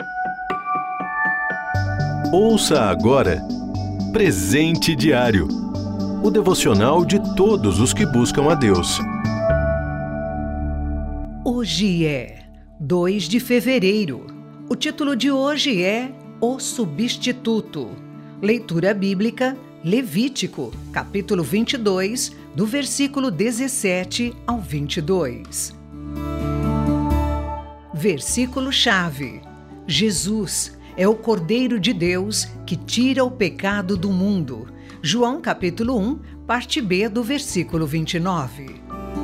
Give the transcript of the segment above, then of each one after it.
Ouça agora Presente Diário, o devocional de todos os que buscam a Deus. Hoje é 2 de fevereiro. O título de hoje é O Substituto. Leitura bíblica, Levítico, capítulo 22, do versículo 17 ao 22. Versículo-chave: Jesus é o Cordeiro de Deus que tira o pecado do mundo. João capítulo 1, parte B do versículo 29.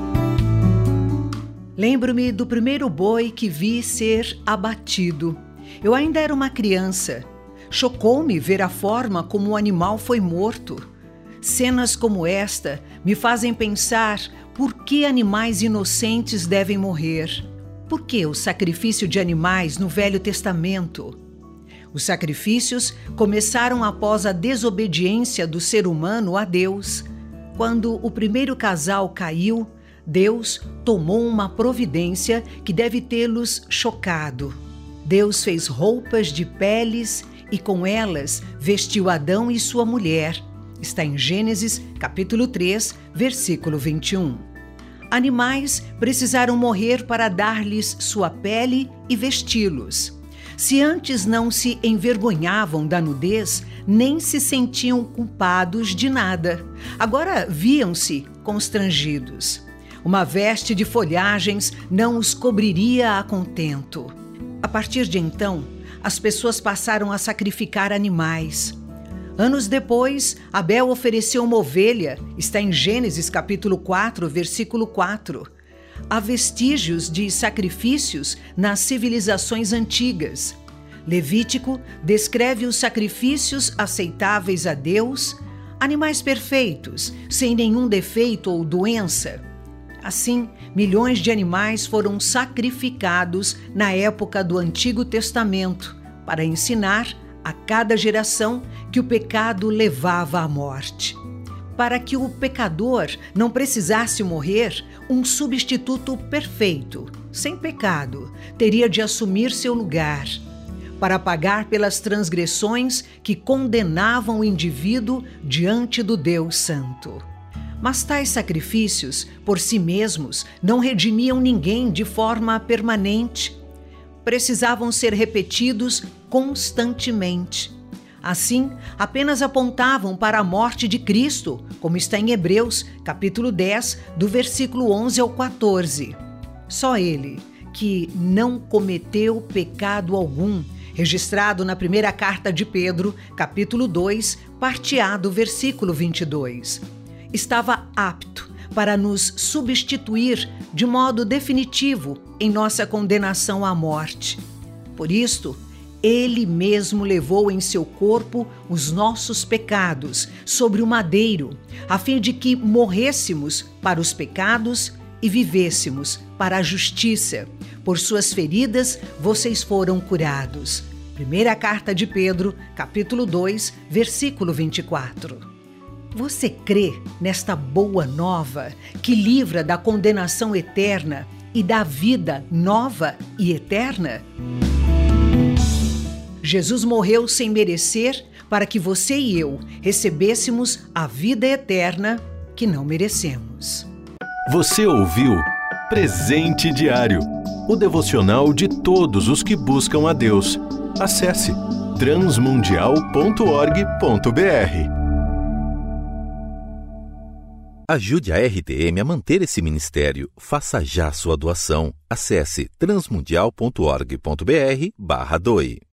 Lembro-me do primeiro boi que vi ser abatido. Eu ainda era uma criança. Chocou-me ver a forma como o animal foi morto. Cenas como esta me fazem pensar por que animais inocentes devem morrer. Por que o sacrifício de animais no Velho Testamento? Os sacrifícios começaram após a desobediência do ser humano a Deus. Quando o primeiro casal caiu, Deus tomou uma providência que deve tê-los chocado. Deus fez roupas de peles e com elas vestiu Adão e sua mulher. Está em Gênesis, capítulo 3, versículo 21. Animais precisaram morrer para dar-lhes sua pele e vesti-los. Se antes não se envergonhavam da nudez, nem se sentiam culpados de nada. Agora viam-se constrangidos. Uma veste de folhagens não os cobriria a contento. A partir de então, as pessoas passaram a sacrificar animais. Anos depois, Abel ofereceu uma ovelha. Está em Gênesis capítulo 4, versículo 4. Há vestígios de sacrifícios nas civilizações antigas. Levítico descreve os sacrifícios aceitáveis a Deus, animais perfeitos, sem nenhum defeito ou doença. Assim, milhões de animais foram sacrificados na época do Antigo Testamento para ensinar a cada geração que o pecado levava à morte. Para que o pecador não precisasse morrer, um substituto perfeito, sem pecado, teria de assumir seu lugar, para pagar pelas transgressões que condenavam o indivíduo diante do Deus Santo. Mas tais sacrifícios, por si mesmos, não redimiam ninguém de forma permanente. Precisavam ser repetidos constantemente. Assim, apenas apontavam para a morte de Cristo, como está em Hebreus, capítulo 10, do versículo 11 ao 14. Só Ele, que não cometeu pecado algum, registrado na primeira carta de Pedro, capítulo 2, parte A do versículo 22, estava apto para nos substituir de modo definitivo em nossa condenação à morte. Por isto, Ele mesmo levou em seu corpo os nossos pecados sobre o madeiro, a fim de que morrêssemos para os pecados e vivêssemos para a justiça. Por suas feridas, vocês foram curados. Primeira carta de Pedro, capítulo 2, versículo 24. Você crê nesta boa nova que livra da condenação eterna e da vida nova e eterna? Jesus morreu sem merecer para que você e eu recebêssemos a vida eterna que não merecemos. Você ouviu Presente Diário, o devocional de todos os que buscam a Deus. Acesse transmundial.org.br. Ajude a RTM a manter esse ministério. Faça já sua doação. Acesse transmundial.org.br/doe.